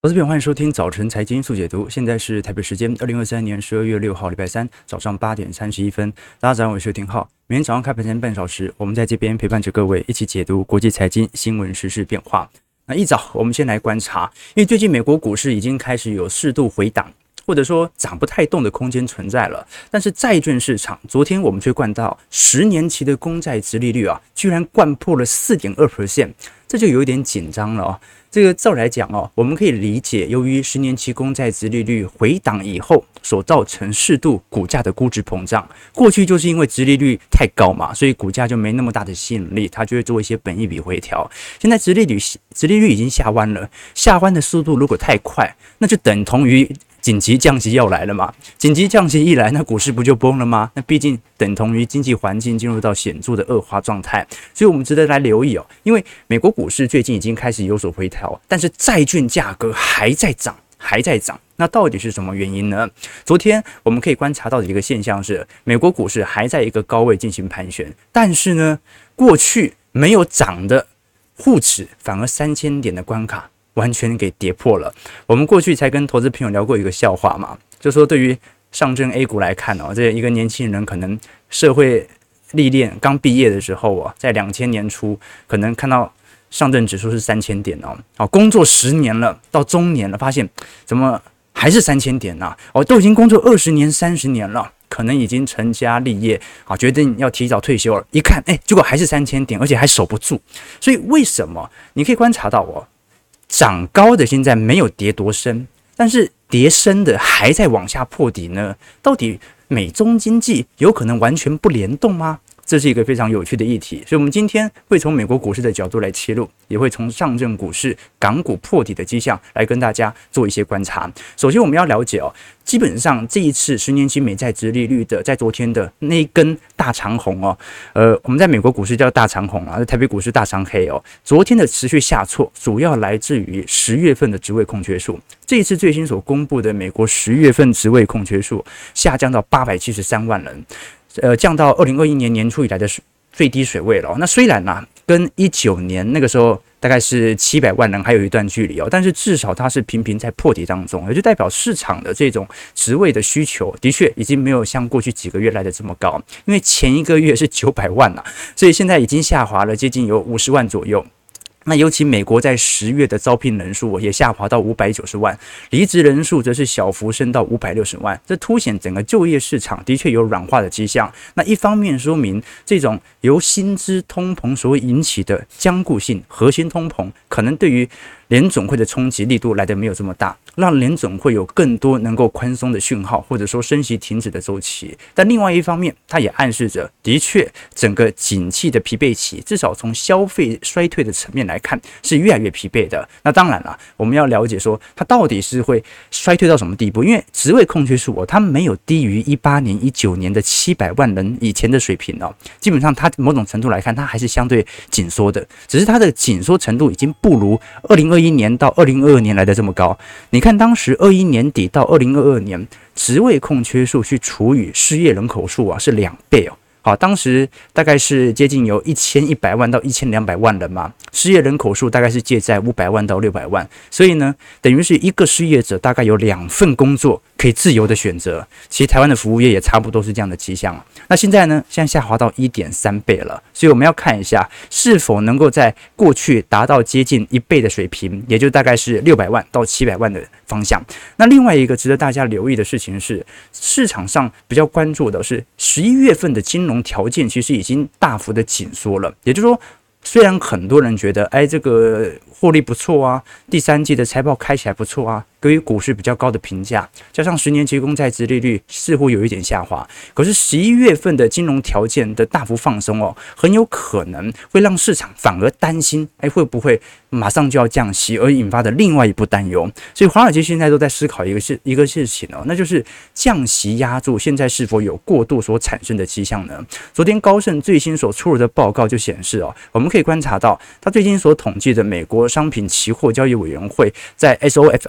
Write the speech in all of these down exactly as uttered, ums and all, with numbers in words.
投资朋友，欢迎收听早晨财经速解读。现在是台北时间二零二三年十二月六号，礼拜三早上八点三十一分。大家早上好，我是丁浩。每天早上开盘前半小时，我们在这边陪伴着各位一起解读国际财经新闻时事变化。那一早，我们先来观察，因为最近美国股市已经开始有适度回档，或者说涨不太动的空间存在了。但是债券市场，昨天我们却观到十年期的公债殖利率啊，居然灌破了 百分之四点二， 这就有一点紧张了哦。这个照来讲哦，我们可以理解，由于十年期公债殖利率回档以后所造成适度股价的估值膨胀。过去就是因为殖利率太高嘛，所以股价就没那么大的吸引力，它就会做一些本益比回调。现在殖利率殖利率已经下弯了，下弯的速度如果太快，那就等同于紧急降息要来了嘛？紧急降息一来，那股市不就崩了吗？那毕竟等同于经济环境进入到显著的恶化状态，所以我们值得来留意哦。因为美国股市最近已经开始有所回调，但是债券价格还在涨，还在涨。那到底是什么原因呢？昨天我们可以观察到的一个现象是，美国股市还在一个高位进行盘旋，但是呢，过去没有涨的沪指反而三千点的关卡完全给跌破了。我们过去才跟投资朋友聊过一个笑话嘛，就说对于上证 A 股来看哦，这一个年轻人可能社会历练刚毕业的时候哦，在两千年初可能看到上证指数是三千点哦，好，工作十年了，到中年了，发现怎么还是三千点呢、啊？哦，都已经工作二十年、三十年了。可能已经成家立业啊，决定要提早退休了。一看，哎，结果还是三千点，而且还守不住。所以为什么你可以观察到哦，涨高的现在没有跌多深，但是跌深的还在往下破底呢？到底美中经济有可能完全不联动吗？这是一个非常有趣的议题，所以我们今天会从美国股市的角度来切入，也会从上证股市、港股破底的迹象来跟大家做一些观察。首先，我们要了解哦，基本上这一次十年期美债殖利率的，在昨天的那一根大长红哦，呃，我们在美国股市叫大长红啊，在台北股市大长黑哦。昨天的持续下挫，主要来自于十月份的职位空缺数。这一次最新所公布的美国十月份职位空缺数下降到八百七十三万人。呃，降到二零二一年年初以来的最低水位了、哦。那虽然啊，跟一九年那个时候大概是七百万人还有一段距离哦，但是至少它是频频在破底当中，也就代表市场的这种职位的需求的确已经没有像过去几个月来的这么高，因为前一个月是九百万啊，所以现在已经下滑了接近有五十万左右。那尤其美国在十月的招聘人数也下滑到五百九十万，离职人数则是小幅升到五百六十万，这凸显整个就业市场的确有软化的迹象。那一方面说明这种由薪资通膨所引起的僵固性核心通膨，可能对于联总会的冲击力度来得没有这么大，让联总会有更多能够宽松的讯号，或者说升息停止的周期。但另外一方面，它也暗示着，的确整个景气的疲惫期，至少从消费衰退的层面来看，是越来越疲惫的。那当然了，我们要了解说，它到底是会衰退到什么地步？因为职位空缺数哦，它没有低于一八年、一九年的七百万人以前的水平哦。基本上，它某种程度来看，它还是相对紧缩的，只是它的紧缩程度已经不如二零二一年到二零二二年来的这么高。你看，当时二一年底到二零二二年，职位空缺数去除以失业人口数啊，是两倍哦。好，当时大概是接近有一千一百万到一千两百万人嘛，失业人口数大概是介在五百万到六百万，所以呢，等于是一个失业者大概有两份工作可以自由的选择。其实台湾的服务业也差不多是这样的迹象。那现在呢，现在下滑到 一点三倍了，所以我们要看一下是否能够在过去达到接近一倍的水平，也就大概是六百万到七百万的方向。那另外一个值得大家留意的事情是，市场上比较关注的是十一月份的金融条件其实已经大幅的紧缩了，也就是说，虽然很多人觉得，哎，这个获利不错啊，第三季的财报开起来不错啊，给予股市比较高的评价，加上十年期公债殖利率似乎有一点下滑，可是十一月份的金融条件的大幅放松哦，很有可能会让市场反而担心，哎，会不会马上就要降息，而引发的另外一步担忧。所以华尔街现在都在思考一个事一个事情哦，那就是降息压住现在是否有过度所产生的迹象呢？昨天高盛最新所出炉的报告就显示哦，我们可以观察到，他最近所统计的美国商品期货交易委员会在 S O F R 期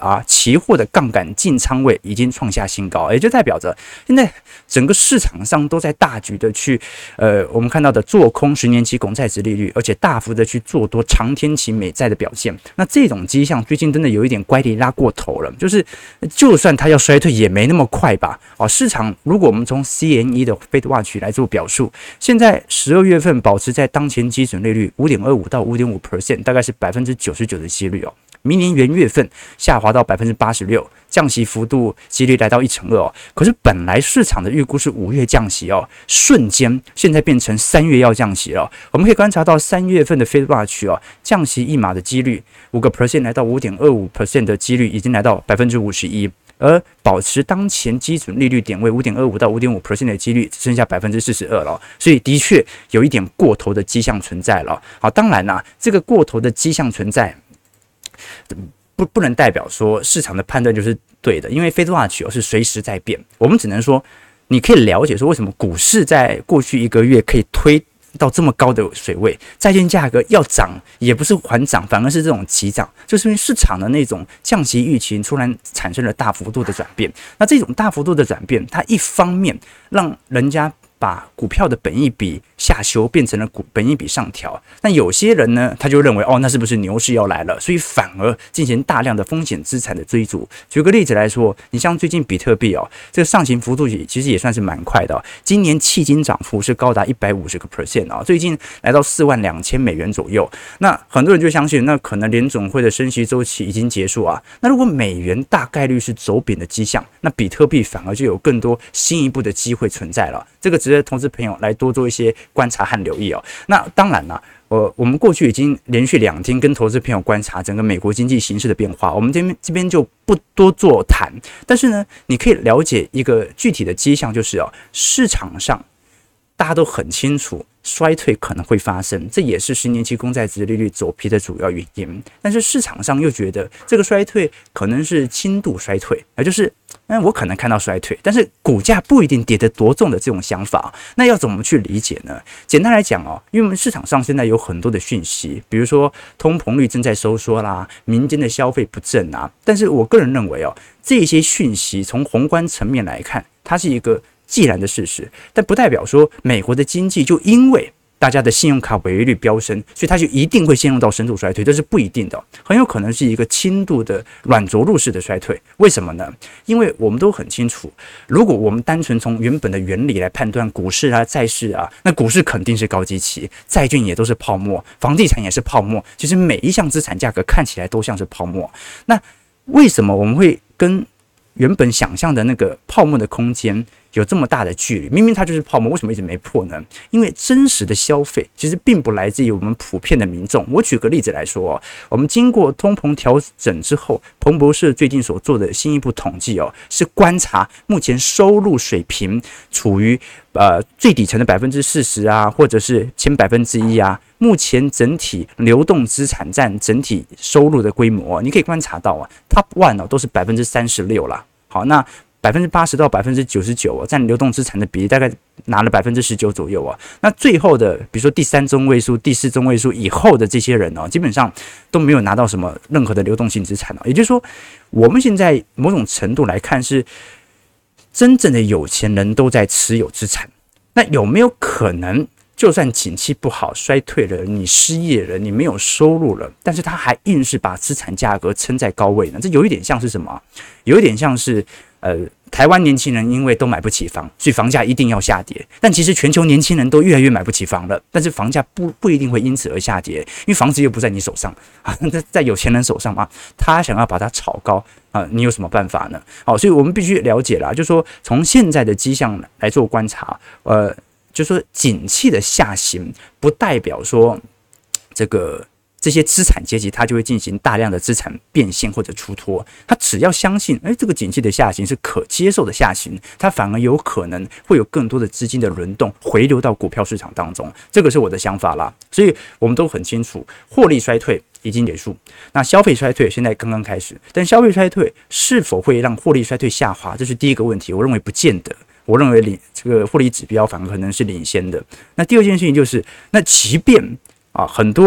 期货的杠杆净仓位已经创下新高，也就代表着现在整个市场上都在大举的去，呃，我们看到的做空十年期公债殖利率，而且大幅的去做多长天期美债的表现。那这种迹象最近真的有一点乖离拉过头了，就是就算它要衰退也没那么快吧。哦，市场如果我们从 C M E 的 Fed Watch 来做表述，现在十二月份保持在当前基准利率 五点二五 到 百分之五点五， 大概是 百分之九十九 的几率哦。明年元月份下滑到 百分之八十六， 降息幅度几率来到一成二哦。可是本来市场的预估是五月降息哦，瞬间现在变成三月要降息了哦。我们可以观察到三月份的 Fed Watch 哦，降息一码的几率 百分之五 来到 五点二五 的几率已经来到 百分之五十一。而保持当前基准利率点位 五点二五 到 百分之五点五 的几率只剩下 百分之四十二 了，所以的确有一点过头的迹象存在了。好，当然啦，这个过头的迹象存在不不能代表说市场的判断就是对的，因为 Fed Watch 是随时在变，我们只能说你可以了解说为什么股市在过去一个月可以推到这么高的水位，债券价格要涨也不是缓涨，反而是这种急涨，就是因为市场的那种降息预期突然产生了大幅度的转变。那这种大幅度的转变，它一方面让人家把股票的本益比下修，变成了股本益比上调。那有些人呢，他就认为哦，那是不是牛市要来了？所以反而进行大量的风险资产的追逐。举个例子来说，你像最近比特币哦，这个上行幅度其实也算是蛮快的哦。今年迄今涨幅是高达 百分之一百五十 啊，最近来到四万两千美元左右。那很多人就相信，那可能联总会的升息周期已经结束啊。那如果美元大概率是走贬的迹象，那比特币反而就有更多新一步的机会存在了。这个值得投资朋友来多做一些观察和留意哦。那当然啦，呃，我们过去已经连续两天跟投资朋友观察整个美国经济形势的变化，我们这边这边就不多做谈。但是呢，你可以了解一个具体的迹象，就是哦，市场上大家都很清楚衰退可能会发生，这也是十年期公债殖利率走皮的主要原因。但是市场上又觉得这个衰退可能是轻度衰退，也就是嗯，我可能看到衰退，但是股价不一定跌得多重的这种想法，那要怎么去理解呢？简单来讲哦，因为我们市场上现在有很多的讯息，比如说通膨率正在收缩啦，民间的消费不振啊，但是我个人认为哦，这些讯息从宏观层面来看，它是一个既然的事实，但不代表说美国的经济就因为大家的信用卡违约率飙升，所以它就一定会陷入到深度衰退，这是不一定的，很有可能是一个轻度的软着陆式的衰退。为什么呢？因为我们都很清楚，如果我们单纯从原本的原理来判断股市啊、债市啊，那股市肯定是高基期，债券也都是泡沫，房地产也是泡沫，其实每一项资产价格看起来都像是泡沫。那为什么我们会跟原本想象的那个泡沫的空间有这么大的距离？明明它就是泡沫，为什么一直没破呢？因为真实的消费其实并不来自于我们普遍的民众。我举个例子来说哦，我们经过通膨调整之后，彭博社最近所做的新一步统计哦，是观察目前收入水平处于呃最底层的百分之四十啊，或者是前百分之一啊。目前整体流动资产占整体收入的规模，你可以观察到啊 ，Top One 哦都是百分之三十六啦。好，那百分之八十到百分之九十九占流动资产的比例大概拿了百分之十九左右啊。那最后的，比如说第三中位数、第四中位数以后的这些人哦，基本上都没有拿到什么任何的流动性资产哦。也就是说，我们现在某种程度来看是真正的有钱人都在持有资产。那有没有可能？就算景气不好、衰退了，你失业了，你没有收入了，但是他还硬是把资产价格撑在高位呢？这有一点像是什么？有一点像是呃，台湾年轻人因为都买不起房，所以房价一定要下跌。但其实全球年轻人都越来越买不起房了，但是房价不不一定会因此而下跌，因为房子又不在你手上啊，在在有钱人手上嘛，他想要把它炒高啊，你有什么办法呢？好，所以我们必须了解啦，就是说从现在的迹象来做观察，呃。就是说，景气的下行不代表说这个这些资产阶级它就会进行大量的资产变现或者出脱。它只要相信，哎，这个景气的下行是可接受的下行，它反而有可能会有更多的资金的轮动回流到股票市场当中。这个是我的想法啦。所以我们都很清楚，获利衰退已经结束，那消费衰退现在刚刚开始。但消费衰退是否会让获利衰退下滑，这是第一个问题。我认为不见得。我认为领这个获利指标反而可能是领先的。那第二件事情就是，那即便啊很多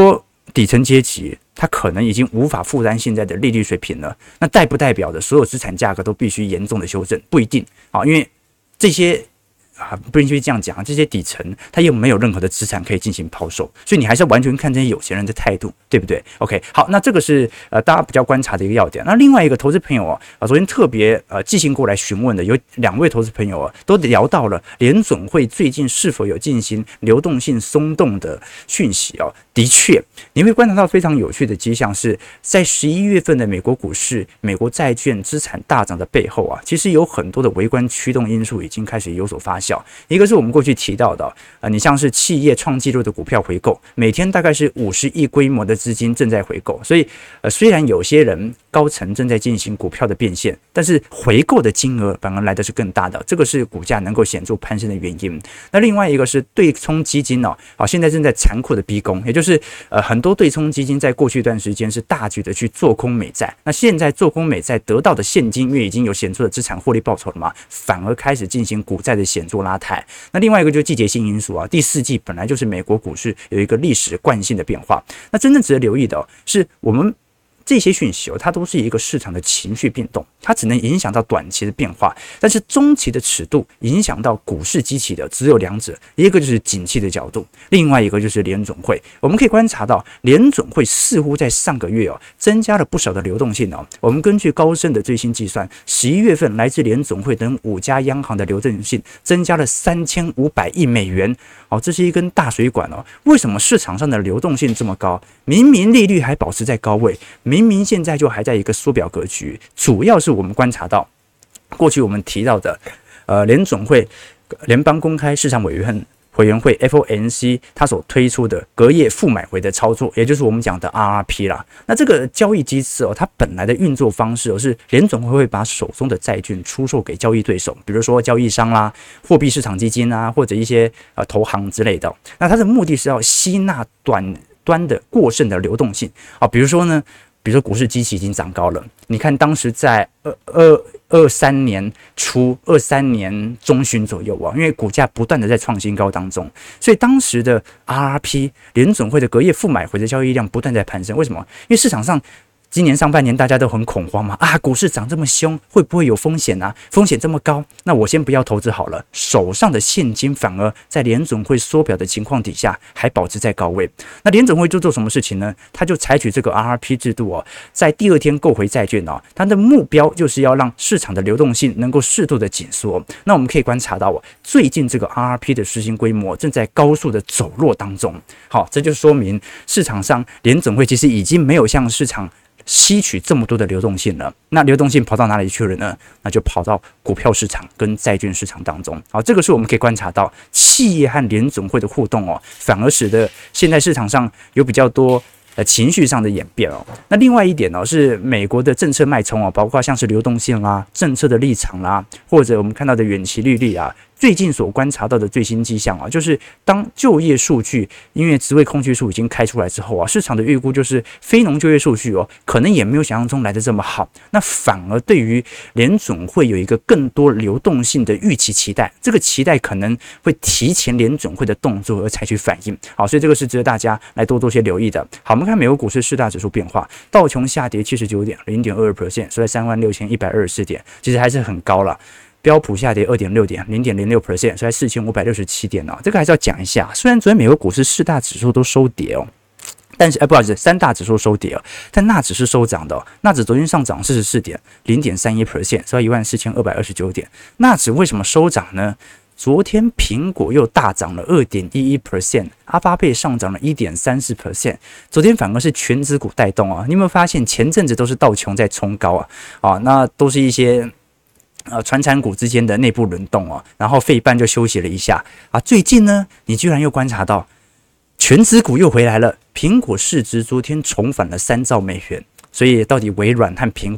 底层阶级他可能已经无法负担现在的利率水平了，那代不代表的所有资产价格都必须严重的修正？不一定啊，因为这些。啊，不必须这样讲，这些底层他又没有任何的资产可以进行抛售，所以你还是要完全看这些有钱人的态度，对不对 ？OK， 好，那这个是呃大家比较观察的一个要点。那另外一个投资朋友啊，啊昨天特别呃寄信过来询问的有两位投资朋友啊，都聊到了联准会最近是否有进行流动性松动的讯息啊。的确，你会观察到非常有趣的迹象是，在十一月份的美国股市、美国债券资产大涨的背后啊，其实有很多的微观驱动因素已经开始有所发酵。一个是我们过去提到的，呃，你像是企业创纪录的股票回购，每天大概是五十亿规模的资金正在回购，所以呃，虽然有些人高层正在进行股票的变现，但是回购的金额反而来的是更大的，这个是股价能够显著攀升的原因。那另外一个是对冲基金哦，好，现在正在残酷的逼宫，也就是呃很多对冲基金在过去一段时间是大举的去做空美债，那现在做空美债得到的现金，因为已经有显著的资产获利报酬了嘛，反而开始进行股债的显著拉抬。那另外一个就是季节性因素啊，第四季本来就是美国股市有一个历史惯性的变化，那真正值得留意的、哦、是我们。这些讯息哦，它都是一个市场的情绪变动，它只能影响到短期的变化，但是中期的尺度影响到股市机器的只有两者，一个就是景气的角度，另外一个就是联准会。我们可以观察到，联准会似乎在上个月哦增加了不少的流动性哦。我们根据高盛的最新计算，十一月份来自联准会等五家央行的流动性增加了三千五百亿美元哦，这是一根大水管哦。为什么市场上的流动性这么高？明明利率还保持在高位，明明现在就还在一个缩表格局，主要是我们观察到，过去我们提到的，呃，联准会、联邦公开市场委员委员会 F O M C 它所推出的隔夜负买回的操作，也就是我们讲的 R R P 啦。那这个交易机制哦，它本来的运作方式哦，是联准会会把手中的债券出售给交易对手，比如说交易商啦、货币市场基金啊，或者一些呃投行之类的。那它的目的是要吸纳短端的过剩的流动性啊，比如说呢。比如说股市基期已经涨高了，你看当时在二二二三年初、二三年中旬左右啊，因为股价不断的在创新高当中，所以当时的 R R P 联准会的隔夜负买回的交易量不断在攀升。为什么？因为市场上今年上半年大家都很恐慌嘛，啊，股市涨这么凶，会不会有风险啊？风险这么高，那我先不要投资好了。手上的现金反而在联准会缩表的情况底下还保持在高位。那联准会就做什么事情呢？他就采取这个 R R P 制度哦，在第二天购回债券哦，它的目标就是要让市场的流动性能够适度的紧缩。那我们可以观察到哦，最近这个 R R P 的实行规模正在高速的走弱当中。好，这就说明市场上联准会其实已经没有向市场吸取这么多的流动性了，那流动性跑到哪里去了呢？那就跑到股票市场跟债券市场当中。好，这个是我们可以观察到企业和联准会的互动哦，反而使得现在市场上有比较多呃情绪上的演变哦。那另外一点哦，是美国的政策脉冲哦，包括像是流动性啦、政策的立场啦，或者我们看到的远期利率啊。最近所观察到的最新迹象啊，就是当就业数据因为职位空缺数已经开出来之后啊，市场的预估就是非农就业数据哦，可能也没有想象中来的这么好。那反而对于联准会有一个更多流动性的预期期待，这个期待可能会提前联准会的动作而采取反应。好，所以这个是值得大家来多多些留意的。好，我们看美国股市四大指数变化，道琼下跌七十九点 零点二二 percent， 收在三万六千一百二十四点，其实还是很高了。标普下跌 二点六点 零点零六 percent， 收在四千五百六十七点哦。这个还是要讲一下，虽然昨天美国股市四大指数都收跌哦，但是哎，不好意思，三大指数收跌哦，但纳指是收涨的哦。纳指昨天上涨四十四点 零点三一 percent， 收在一万四千二百二十九点。纳指为什么收涨呢？昨天苹果又大涨了 二点一一 percent， 阿巴贝上涨了 一点三四 percent， 昨天反而是全指股带动啊。你有没有发现前阵子都是道琼在冲高啊？啊，那都是一些。呃，传产股之间的内部轮动哦，然后费半就休息了一下啊。最近呢，你居然又观察到全指股又回来了，苹果市值昨天重返了三兆美元，所以到底微软和苹果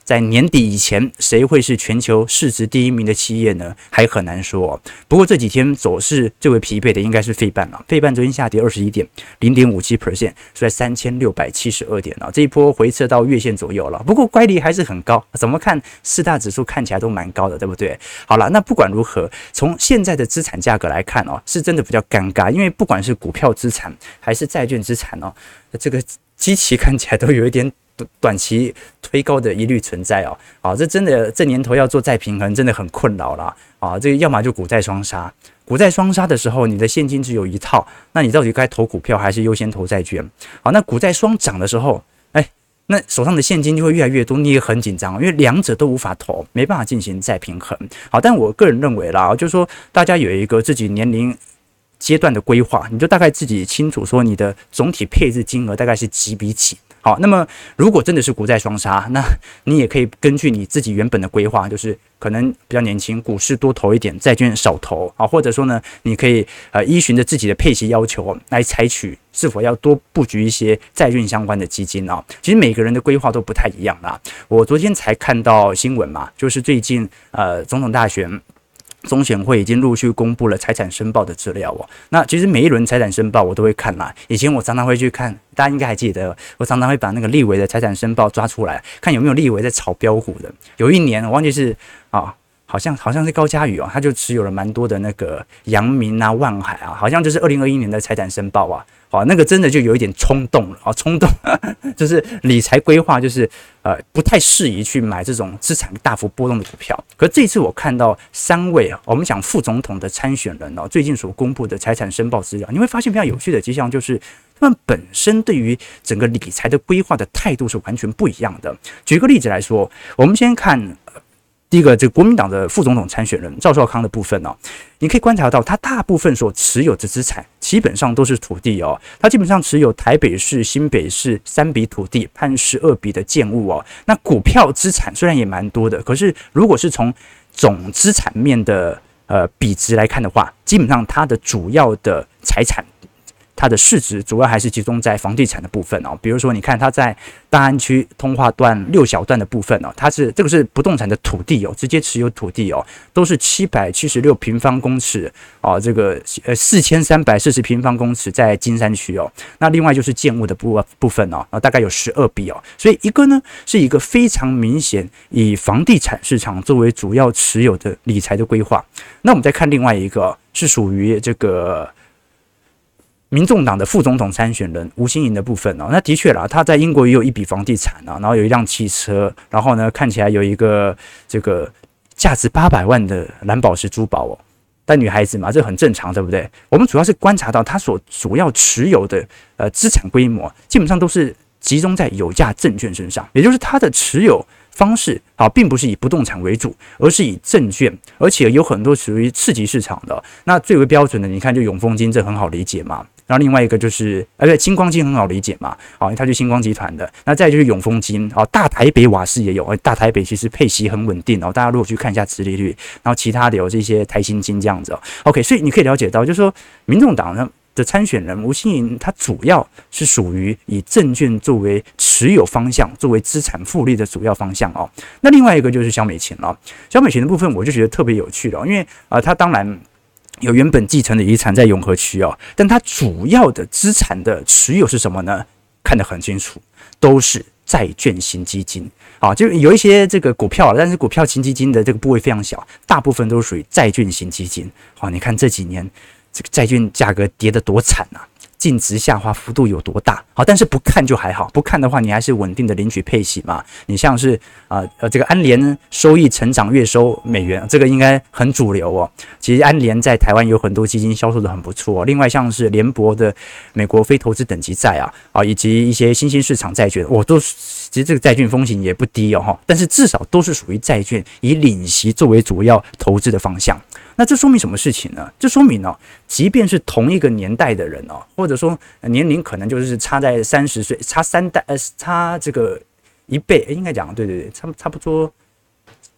在年底以前，谁会是全球市值第一名的企业呢？还很难说哦。不过这几天走势最为疲惫的应该是费半了，费半昨天下跌二十一点，零点五七 percent， 收在三千六百七十二点了。这一波回撤到月线左右了，不过乖离还是很高。怎么看四大指数看起来都蛮高的，对不对？好了，那不管如何，从现在的资产价格来看哦，是真的比较尴尬，因为不管是股票资产还是债券资产哦，这个基期看起来都有一点短期推高的疑虑存在哦，啊，这真的这年头要做再平衡真的很困扰啦啊！这个要么就股债双杀，股债双杀的时候，你的现金只有一套，那你到底该投股票还是优先投债券？好，那股债双涨的时候，哎，那手上的现金就会越来越多，你也很紧张，因为两者都无法投，没办法进行再平衡。好，但我个人认为啦，就是说大家有一个自己年龄阶段的规划，你就大概自己清楚说你的总体配置金额大概是几比几。好，那么如果真的是股债双杀，那你也可以根据你自己原本的规划，就是可能比较年轻，股市多投一点，债券少投啊，或者说呢，你可以呃依循着自己的配息要求来采取是否要多布局一些债券相关的基金啊。其实每个人的规划都不太一样啦。我昨天才看到新闻嘛，就是最近呃总统大选。中选会已经陆续公布了财产申报的资料哦。那其实每一轮财产申报我都会看啦。以前我常常会去看，大家应该还记得，我常常会把那个立委的财产申报抓出来，看有没有立委在炒标股的。有一年我忘记是啊，好像好像是高嘉瑜哦，他就持有了蛮多的那个阳明啊、万海啊，好像就是二零二一年的财产申报啊。好，那个真的就有一点冲动了啊，冲动就是理财规划就是呃不太适宜去买这种资产大幅波动的股票。可这次我看到三位我们讲副总统的参选人哦，最近所公布的财产申报资料，你会发现非常有趣的迹象，就是他们本身对于整个理财的规划的态度是完全不一样的。举个例子来说，我们先看。第一个，这个国民党的副总统参选人赵少康的部分哦，你可以观察到，他大部分所持有的资产基本上都是土地哦，他基本上持有台北市、新北市三笔土地和十二笔的建物哦。那股票资产虽然也蛮多的，可是如果是从总资产面的呃比值来看的话，基本上它的主要的财产。它的市值主要还是集中在房地产的部分哦，比如说你看它在大安区通化段六小段的部分哦，它是这个是不动产的土地哦，直接持有土地哦，都是七百七十六平方公尺哦，这个呃四千三百四十平方公尺在金山区哦，那另外就是建物的部部分哦，大概有十二笔哦，所以一个呢是一个非常明显以房地产市场作为主要持有的理财的规划，那我们再看另外一个是属于这个。民众党的副总统参选人吴欣盈的部分哦，那的确啦，他在英国也有一笔房地产啊，然后有一辆汽车，然后呢看起来有一个这个价值八百万的蓝宝石珠宝哦，但女孩子嘛，这很正常，对不对？我们主要是观察到他所主要持有的呃资产规模，基本上都是集中在有价证券身上，也就是他的持有。方式啊，并不是以不动产为主，而是以证券，而且有很多属于次级市场的。那最为标准的，你看就永丰金，这很好理解嘛。然后另外一个就是，呃，对，星光金很好理解嘛，啊，它是星光集团的。那再就是永丰金，啊，大台北瓦斯也有，大台北其实配息很稳定哦。大家如果去看一下殖利率，然后其他的有这些台新金这样子哦。OK， 所以你可以了解到，就是说，民众党呢。的参选人吴欣盈，他主要是属于以证券作为持有方向，作为资产复利的主要方向哦。那另外一个就是萧美琴了，萧美琴的部分我就觉得特别有趣了，因为啊、呃，他当然有原本继承的遗产在永和区哦，但他主要的资产的持有是什么呢？看得很清楚，都是债券型基金啊，就有一些这个股票，但是股票型基金的这个部位非常小，大部分都属于债券型基金。好、啊，你看这几年。这个债券价格跌得多惨啊，净值下滑幅度有多大？好，但是不看就还好，不看的话，你还是稳定的领取配息嘛。你像是啊呃这个安联收益成长月收美元，这个应该很主流哦。其实安联在台湾有很多基金销售的很不错、哦。另外像是联博的美国非投资等级债啊啊，以及一些新兴市场债券，我、哦、都其实这个债券风险也不低哦哈。但是至少都是属于债券以领息作为主要投资的方向。那这说明什么事情呢？这说明哦，即便是同一个年代的人哦，或者说年龄可能就是差在三十岁，差三代呃，差这个一倍，应该讲对对对，差差不多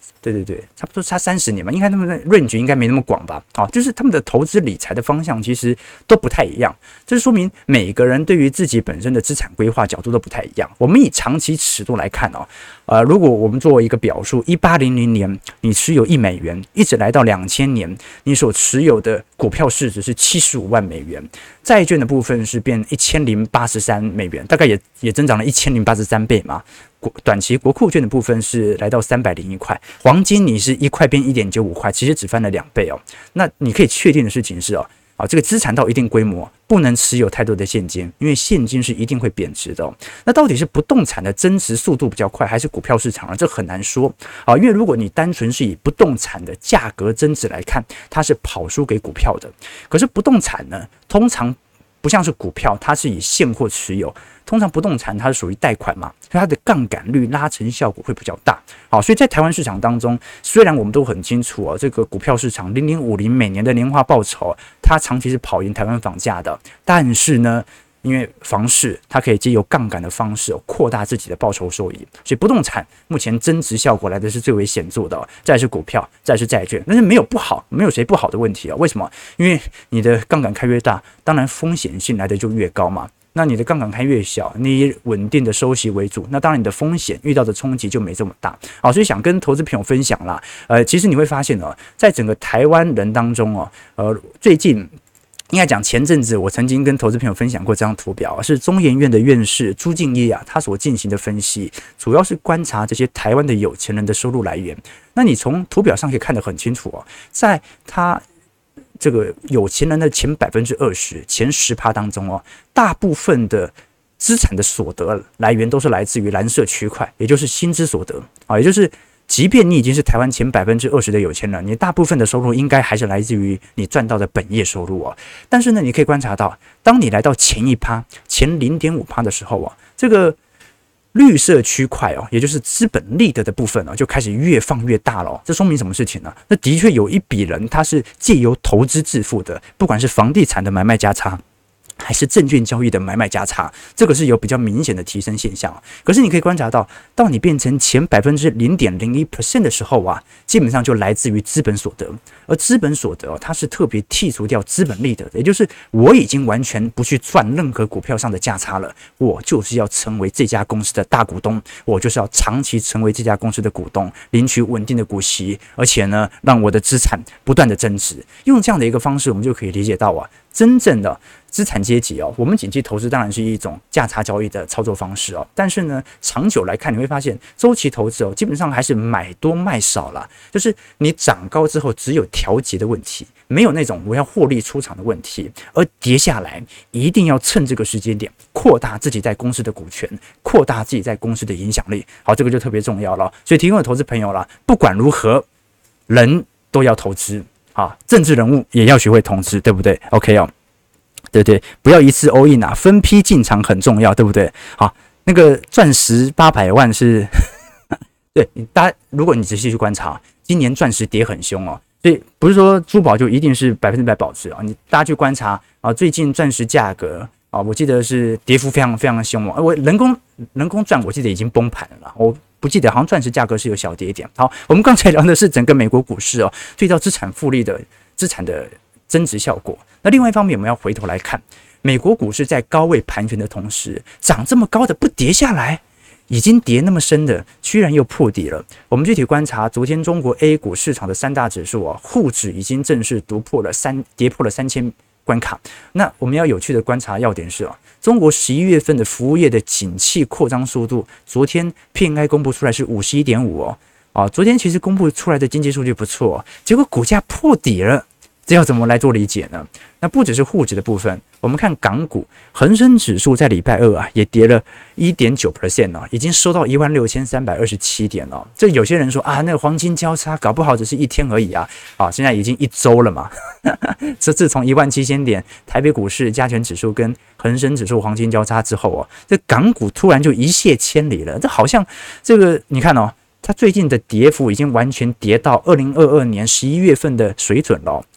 对对对，差不多差三十年嘛，应该他们的 range 应该没那么广吧？啊，就是他们的投资理财的方向其实都不太一样，这说明每个人对于自己本身的资产规划角度都不太一样。我们以长期尺度来看哦，呃，如果我们做一个表述，一八零零年你持有一美元，一直来到两千年，你所持有的股票市值是七十五万美元，债券的部分是变一千零八十三美元，大概也也增长了一千零八十三倍嘛。短期国库券的部分是来到三百零一块，黄金你是一块变一点九五块，其实只翻了两倍哦。那你可以确定的事情是哦，啊，这个资产到一定规模不能持有太多的现金，因为现金是一定会贬值的哦。那到底是不动产的增值速度比较快，还是股票市场呢？这很难说啊，因为如果你单纯是以不动产的价格增值来看，它是跑输给股票的。可是不动产呢，通常不像是股票，它是以现货持有。通常不动产它是属于贷款嘛，所以它的杠杆率拉成效果会比较大。好，所以在台湾市场当中，虽然我们都很清楚哦，这个股票市场零零五零每年的年化报酬，它长期是跑赢台湾房价的，但是呢，因为房市它可以借由杠杆的方式扩大自己的报酬收益，所以不动产目前增值效果来的是最为显著的，再来是股票，再来是债券，但是没有不好，没有谁不好的问题啊。为什么？因为你的杠杆开越大，当然风险性来的就越高嘛。那你的杠杆开越小，你以稳定的收息为主，那当然你的风险遇到的冲击就没这么大。好，所以想跟投资朋友分享啦，呃，其实你会发现哦，在整个台湾人当中哦，呃，最近应该讲前阵子我曾经跟投资朋友分享过这张图表，是中研院的院士朱敬一啊，他所进行的分析，主要是观察这些台湾的有钱人的收入来源。那你从图表上可以看得很清楚哦，在他这个有钱人的前百分之二十、前十趴当中哦，大部分的资产的所得来源都是来自于蓝色区块，也就是薪资所得啊，也就是即便你已经是台湾前百分之二十的有钱人，你大部分的收入应该还是来自于你赚到的本业收入哦。但是呢，你可以观察到，当你来到前一趴、前零点五趴的时候啊，这个绿色区块哦，也就是资本利得的部分哦，就开始越放越大了哦。这说明什么事情呢？那的确有一笔人他是借由投资致富的，不管是房地产的买卖价差，还是证券交易的买卖价差，这个是有比较明显的提升现象。可是你可以观察到，到你变成前百分之零点零一 percent 的时候啊，基本上就来自于资本所得。而资本所得、哦、它是特别剔除掉资本利得的，也就是我已经完全不去赚任何股票上的价差了，我就是要成为这家公司的大股东，我就是要长期成为这家公司的股东，领取稳定的股息，而且呢，让我的资产不断的增值。用这样的一个方式，我们就可以理解到啊，真正的资产阶级哦，我们景气投资当然是一种价差交易的操作方式哦，但是呢，长久来看你会发现，周期投资哦，基本上还是买多卖少啦，就是你涨高之后只有调节的问题，没有那种我要获利出场的问题，而跌下来一定要趁这个时间点扩大自己在公司的股权，扩大自己在公司的影响力，好，这个就特别重要了。所以提供给投资朋友啦，不管如何，人都要投资啊，政治人物也要学会投资，对不对 ？OK 哦。对对，不要一次 all in 啊，分批进场很重要，对不对？好，那个钻石八百万是，对，大家如果你仔细去观察，今年钻石跌很凶哦，所以不是说珠宝就一定是百分之百保值啊，你大家去观察啊，最近钻石价格啊，我记得是跌幅非常非常的凶猛，我人工人工钻我记得已经崩盘了啦，我不记得好像钻石价格是有小跌一点。好，我们刚才聊的是整个美国股市哦，对照资产复利的资产的增值效果。那另外一方面，我们要回头来看，美国股市在高位盘旋的同时，涨这么高的不跌下来，已经跌那么深的，居然又破底了。我们具体观察，昨天中国 A 股市场的三大指数啊，沪指已经正式突破了三，跌破了三千关卡。那我们要有趣的观察要点是啊，中国十一月份的服务业的景气扩张速度，昨天 P M I 公布出来是 五十一点五 哦，啊，昨天其实公布出来的经济数据不错，结果股价破底了。这要怎么来做理解呢？那不只是沪指的部分，我们看港股，恒生指数在礼拜二啊也跌了 百分之一点九 哦，已经收到一万六千三百二十七点了。这有些人说啊，那个黄金交叉搞不好只是一天而已啊，啊，现在已经一周了嘛。这自从一万七千点台北股市加权指数跟恒生指数黄金交叉之后哦，这港股突然就一泻千里了。这好像这个你看哦，它最近的跌幅已经完全跌到二零二二年十一月份的水准了。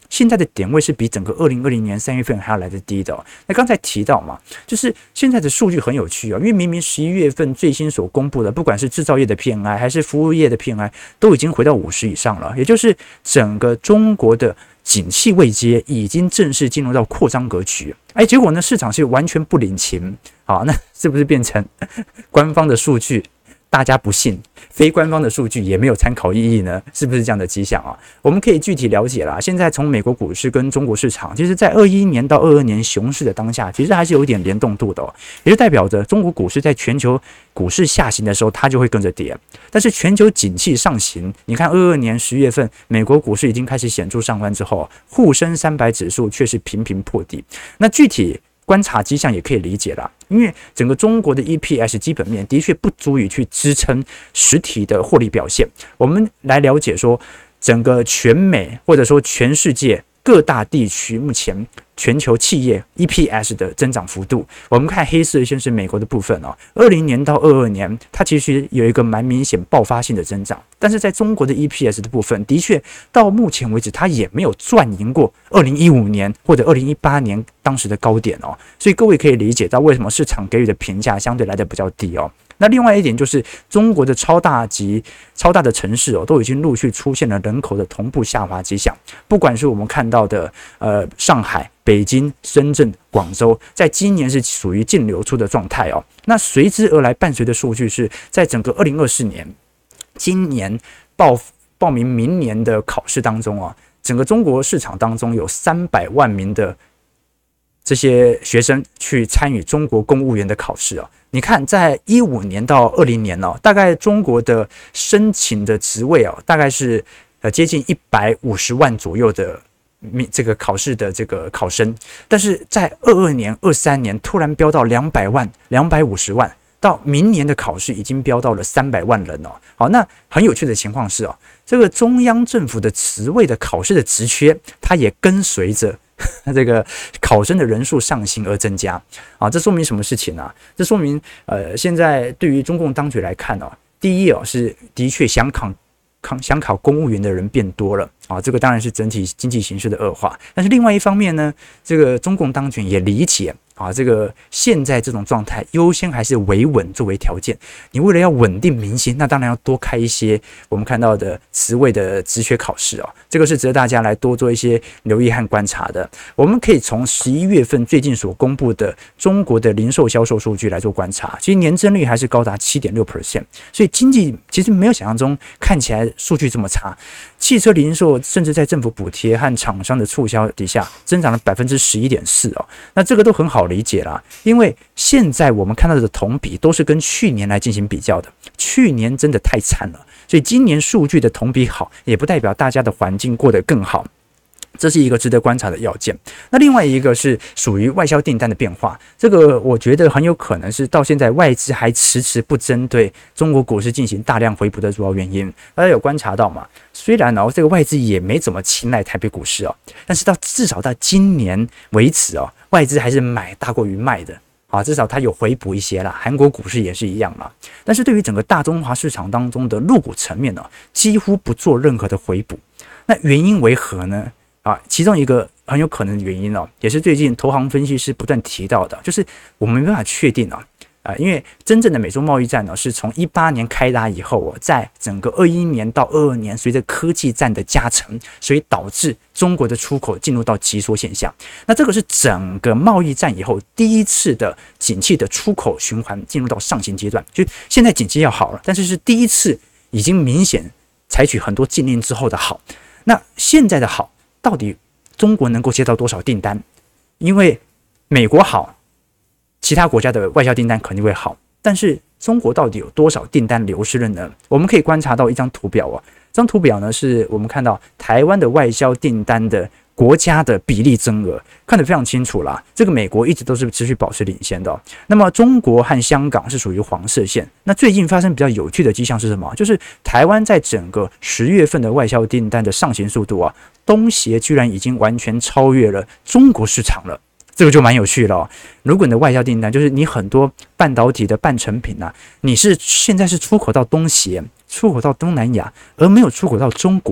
现在的点位是比整个二零二零年三月份还要来得低的、哦。那刚才提到嘛，就是现在的数据很有趣哦，因为明明十一月份最新所公布的，不管是制造业的 P M I 还是服务业的 P M I， 都已经回到五十以上了，也就是整个中国的景气位阶已经正式进入到扩张格局。哎，结果呢，市场是完全不领情。好，那是不是变成官方的数据大家不信，非官方的数据也没有参考意义呢？是不是这样的迹象啊？我们可以具体了解啦。现在从美国股市跟中国市场，其实在二一年到二二年熊市的当下，其实还是有一点联动度的哦，也就代表着中国股市在全球股市下行的时候，它就会跟着跌。但是全球景气上行，你看二二年十月份，美国股市已经开始显著上弯之后，沪深三百指数却是频频破底。那具体观察迹象也可以理解啦，因为整个中国的 E P S 基本面的确不足以去支撑实体的获利表现。我们来了解说，整个全美或者说全世界各大地区目前全球企业 E P S 的增长幅度，我们看黑色线是美国的部分哦。二零年到二二年，它其实有一个蛮明显爆发性的增长，但是在中国的 E P S 的部分，的确到目前为止，它也没有赚赢过二零一五年或者二零一八年当时的高点哦。所以各位可以理解到为什么市场给予的评价相对来的比较低哦。那另外一点就是，中国的超大级、超大的城市哦，都已经陆续出现了人口的同步下滑迹象。不管是我们看到的呃上海、北京、深圳、广州，在今年是属于净流出的状态哦。那随之而来伴随的数据是在整个二零二四年，今年报报名明年的考试当中啊，整个中国市场当中有三百万名的这些学生去参与中国公务员的考试啊。你看，在一五年到二零年哦，大概中国的申请的职位哦，大概是呃接近一百五十万左右的这个考试的这个考生，但是在二二年、二三年突然飙到两百万、两百五十万，到明年的考试已经飙到了三百万人哦。好，那很有趣的情况是哦，这个中央政府的职位的考试的职缺，它也跟随着这个考生的人数上行而增加啊，这说明什么事情啊？这说明呃，现在对于中共当局来看哦，第一哦是的确想考想考公务员的人变多了啊，这个当然是整体经济形势的恶化。但是另外一方面呢，这个中共当局也理解啊，这个现在这种状态优先还是维稳作为条件。你为了要稳定民心，那当然要多开一些我们看到的职位的职缺考试哦，这个是值得大家来多做一些留意和观察的。我们可以从十一月份最近所公布的中国的零售销售数据来做观察，其实年增率还是高达 百分之七点六， 所以经济其实没有想象中看起来数据这么差。汽车零售甚至在政府补贴和厂商的促销底下增长了 百分之十一点四 哦，那这个都很好理解啦，因为现在我们看到的同比都是跟去年来进行比较的，去年真的太惨了，所以今年数据的同比好，也不代表大家的环境过得更好。这是一个值得观察的要件。那另外一个是属于外销订单的变化，这个我觉得很有可能是到现在外资还迟迟不针对中国股市进行大量回补的主要原因。大家有观察到吗？虽然哦，这个外资也没怎么青睐台北股市哦，但是到至少到今年为止哦，外资还是买大过于卖的。啊，至少它有回补一些啦，韩国股市也是一样啦。但是对于整个大中华市场当中的陆股层面呢、哦，几乎不做任何的回补。那原因为何呢？啊，其中一个很有可能的原因哦，也是最近投行分析师不断提到的，就是我们没办法确定啊，啊，因为真正的美中贸易战呢，是从一八年开打以后哦，在整个二一年到二二年，随着科技战的加成，所以导致中国的出口进入到急缩现象。那这个是整个贸易战以后第一次的景气的出口循环进入到上行阶段，就现在景气要好了，但是是第一次已经明显采取很多禁令之后的好。那现在的好，到底中国能够接到多少订单？因为美国好，其他国家的外销订单肯定会好，但是中国到底有多少订单流失了呢？我们可以观察到一张图表啊，这张图表呢是我们看到台湾的外销订单的国家的比例增额，看得非常清楚啦。这个美国一直都是持续保持领先的、哦，那么中国和香港是属于黄色线。那最近发生比较有趣的迹象是什么？就是台湾在整个十月份的外销订单的上行速度啊，东协居然已经完全超越了中国市场了。这个就蛮有趣了、哦。如果你的外销订单就是你很多半导体的半成品啊，你是现在是出口到东协、出口到东南亚，而没有出口到中国。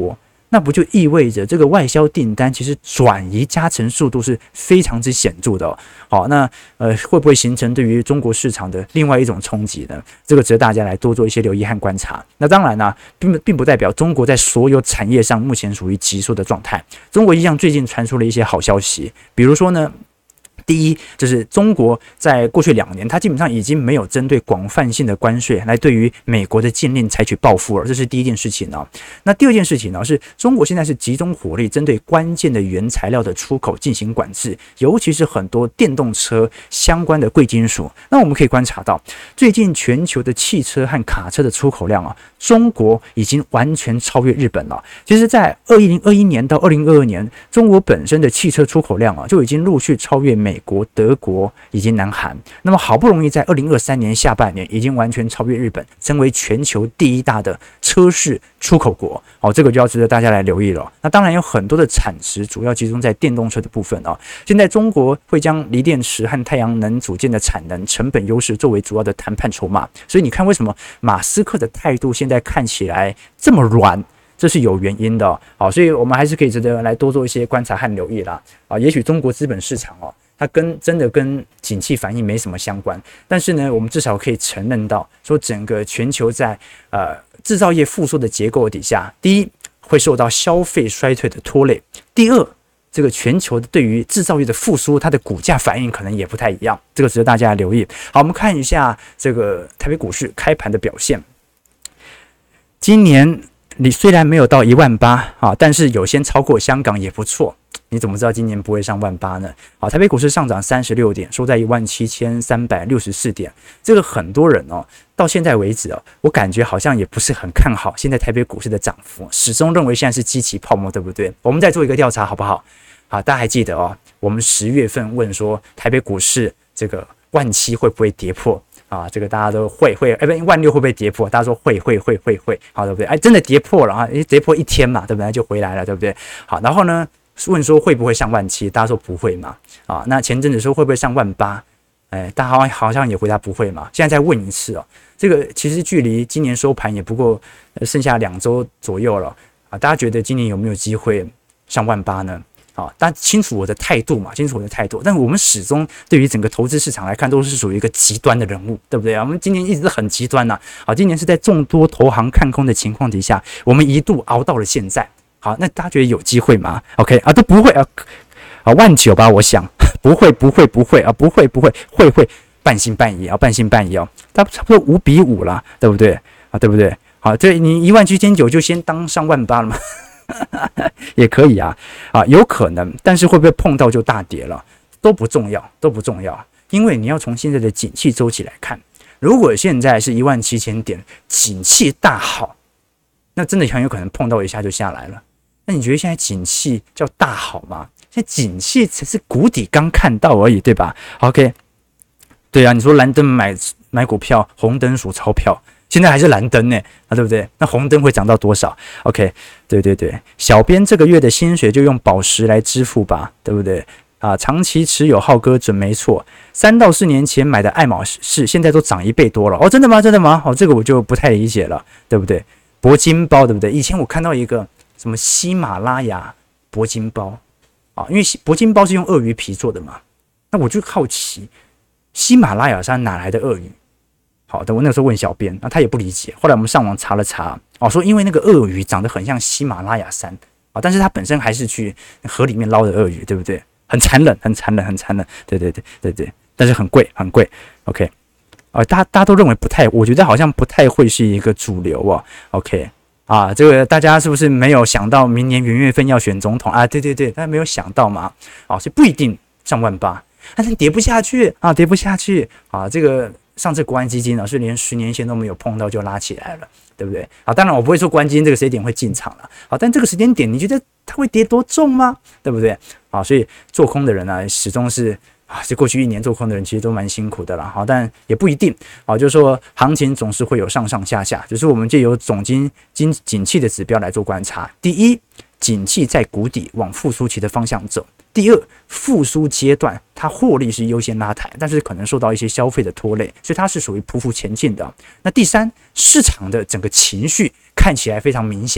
那不就意味着这个外销订单其实转移加成速度是非常之显著的哦。好，那呃会不会形成对于中国市场的另外一种冲击呢？这个值得大家来多做一些留意和观察。那当然呢、啊，并并不代表中国在所有产业上目前属于急缩的状态。中国一样最近传出了一些好消息，比如说呢。第一，就是中国在过去两年，它基本上已经没有针对广泛性的关税来对于美国的禁令采取报复了，这是第一件事情呢。那第二件事情呢，是中国现在是集中火力针对关键的原材料的出口进行管制，尤其是很多电动车相关的贵金属。那我们可以观察到，最近全球的汽车和卡车的出口量啊，中国已经完全超越日本了。其实，在二零二一年到二零二二年，中国本身的汽车出口量啊，就已经陆续超越美。美国、德国以及南韩，那么好不容易在二零二三年下半年已经完全超越日本，成为全球第一大的车市出口国。哦，这个就要值得大家来留意了。那当然有很多的产值主要集中在电动车的部分啊。现在中国会将锂电池和太阳能组件的产能、成本优势作为主要的谈判筹码。所以你看，为什么马斯克的态度现在看起来这么软？这是有原因的哦。好，所以我们还是可以值得来多做一些观察和留意啦。啊，也许中国资本市场哦。它跟真的跟景气反应没什么相关，但是呢，我们至少可以承认到，说整个全球在呃制造业复苏的结构底下，第一会受到消费衰退的拖累，第二，这个全球对于制造业的复苏，它的股价反应可能也不太一样，这个值得大家留意。好，我们看一下这个台北股市开盘的表现，今年你虽然没有到一万八啊，但是有先超过香港也不错。你怎么知道今年不会上万八呢？好，台北股市上涨三十六点，收在一万七千三百六十四点。这个很多人哦，到现在为止哦，我感觉好像也不是很看好现在台北股市的涨幅，始终认为现在是基期泡沫，对不对？我们再做一个调查好不好？好，大家还记得哦，我们十月份问说台北股市这个万七会不会跌破？啊，这个大家都会会，哎不，万六会不会跌破？大家说会会会会会，好，对不对？哎，真的跌破了啊，跌破一天嘛，对不对？就回来了，对不对？好，然后呢？问说会不会上万七？大家说不会嘛？啊，那前阵子说会不会上万八？哎，大家好像好像也回答不会嘛。现在再问一次哦，这个其实距离今年收盘也不过剩下两周左右了啊。大家觉得今年有没有机会上万八呢？啊，大家清楚我的态度嘛？清楚我的态度。但是我们始终对于整个投资市场来看，都是属于一个极端的人物，对不对啊？我们今年一直都很极端呐、啊。啊，今年是在众多投行看空的情况底下，我们一度熬到了现在。好，那大家觉得有机会吗 ？OK 啊，都不会啊，啊万九吧，我想不会，不会，不会啊，不会，不会，会会半信半疑啊，半信半疑哦，它差不多五比五了，对不对啊？对不对？好，这你一万七千九就先当上万八了吗？也可以啊，啊，有可能，但是会不会碰到就大跌了，都不重要，都不重要，因为你要从现在的景气周期来看，如果现在是一万七千点，景气大好，那真的很有可能碰到一下就下来了。那你觉得现在景气叫大好吗？现在景气才是谷底刚看到而已，对吧 ？OK， 对啊，你说蓝灯买买股票，红灯数钞票，现在还是蓝灯呢，啊，对不对？那红灯会涨到多少 ？OK， 对对对，小编这个月的薪水就用宝石来支付吧，对不对？啊，长期持有浩哥准没错，三到四年前买的爱马仕现在都涨一倍多了哦，真的吗？真的吗？哦，这个我就不太理解了，对不对？铂金包，对不对？以前我看到一个。什么喜马拉雅铂金包啊？因为铂金包是用鳄鱼皮做的嘛，那我就好奇，喜马拉雅山哪来的鳄鱼？好的，我那个时候问小编，那他也不理解。后来我们上网查了查，哦，说因为那个鳄鱼长得很像喜马拉雅山啊，但是它本身还是去河里面捞的鳄鱼，对不对？很残忍，很残忍，很残忍，对对对对对，但是很贵，很贵。OK， 啊，大家大家都认为不太，我觉得好像不太会是一个主流啊。OK。啊，这个大家是不是没有想到明年元月份要选总统啊？对对对，大家没有想到嘛。啊，所以不一定上万八，但是跌不下去啊，跌不下去啊。这个上次国安基金呢是连十年线都没有碰到就拉起来了，对不对？啊，当然我不会说国安基金这个时间点会进场了，啊，但这个时间点你觉得它会跌多重吗？对不对？啊，所以做空的人呢、啊、始终是。啊，这过去一年做空的人其实都蛮辛苦的啦，好，但也不一定啊，就是说行情总是会有上上下下，只是我们借由总经经景气的指标来做观察。第一，景气在谷底往复苏期的方向走；第二，复苏阶段它获利是优先拉抬，但是可能受到一些消费的拖累，所以它是属于匍匐前进的。那第三，市场的整个情绪看起来非常明显。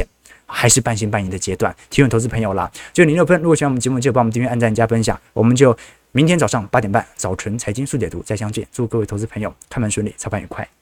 还是半信半疑的阶段。提问投资朋友啦，就零六分，如果喜欢我们节目，就帮我们订阅、按赞、加分享。我们就明天早上八点半早晨财经速解读再相见。祝各位投资朋友开盘顺利，操盘愉快。